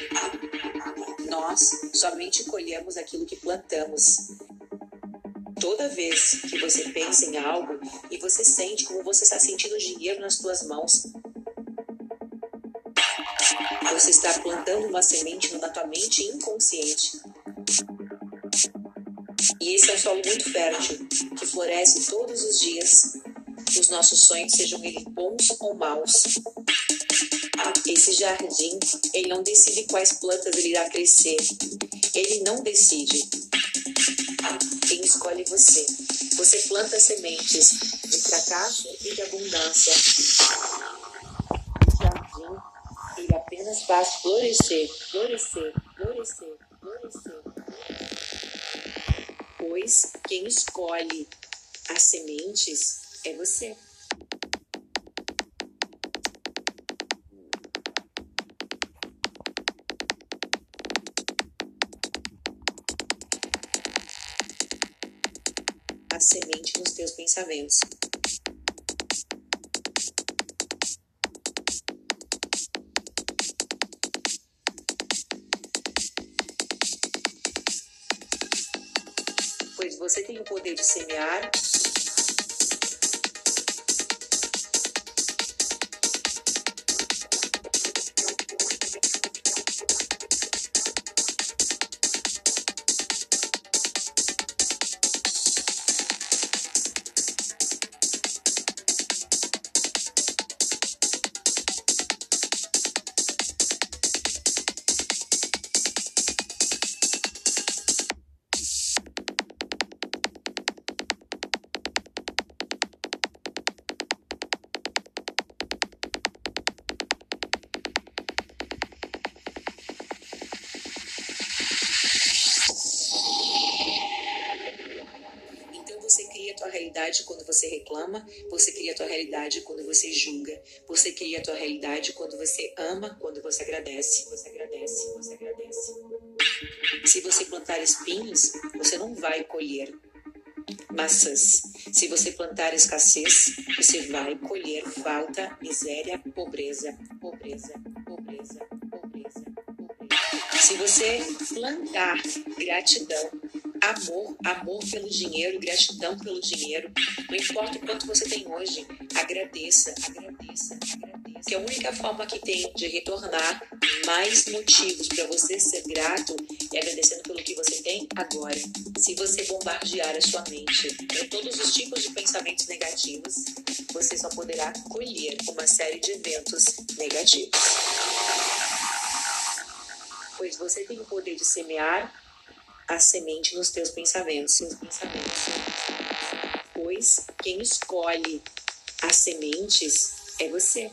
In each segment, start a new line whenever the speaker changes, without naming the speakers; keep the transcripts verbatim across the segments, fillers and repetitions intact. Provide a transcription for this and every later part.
Nós somente colhemos aquilo que plantamos. Toda vez que você pensa em algo e você sente como você está sentindo o dinheiro nas suas mãos, você está plantando uma semente na tua mente inconsciente. E esse é um solo muito fértil, que floresce todos os dias. Os nossos sonhos, sejam eles bons ou maus. Esse jardim, ele não decide quais plantas ele irá crescer. Ele não decide. Quem escolhe é você. Você planta sementes de fracasso e de abundância. O jardim, ele apenas faz florescer, florescer, florescer, florescer. Pois quem escolhe as sementes é você. A semente nos teus pensamentos. Pois você tem o poder de semear tua realidade quando você reclama, você cria a tua realidade quando você julga, você cria a tua realidade quando você ama, quando você agradece, você agradece, você agradece. Se você plantar espinhos, você não vai colher maçãs. Se você plantar escassez, você vai colher falta, miséria, pobreza, pobreza, pobreza, pobreza, pobreza. Se você plantar gratidão, amor, amor pelo dinheiro, gratidão pelo dinheiro, não importa o quanto você tem hoje, agradeça, agradeça, agradeça. Que a única forma que tem de retornar mais motivos para você ser grato é agradecendo pelo que você tem agora. Se você bombardear a sua mente com todos os tipos de pensamentos negativos, você só poderá colher uma série de eventos negativos. Pois você tem o poder de semear a semente nos teus pensamentos, seus pensamentos. Pois quem escolhe as sementes é você.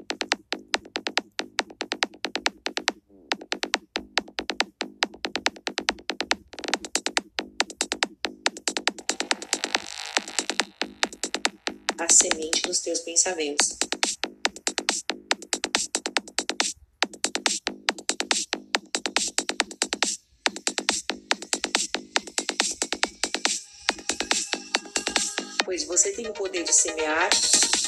A semente nos teus pensamentos. Pois você tem o poder de semear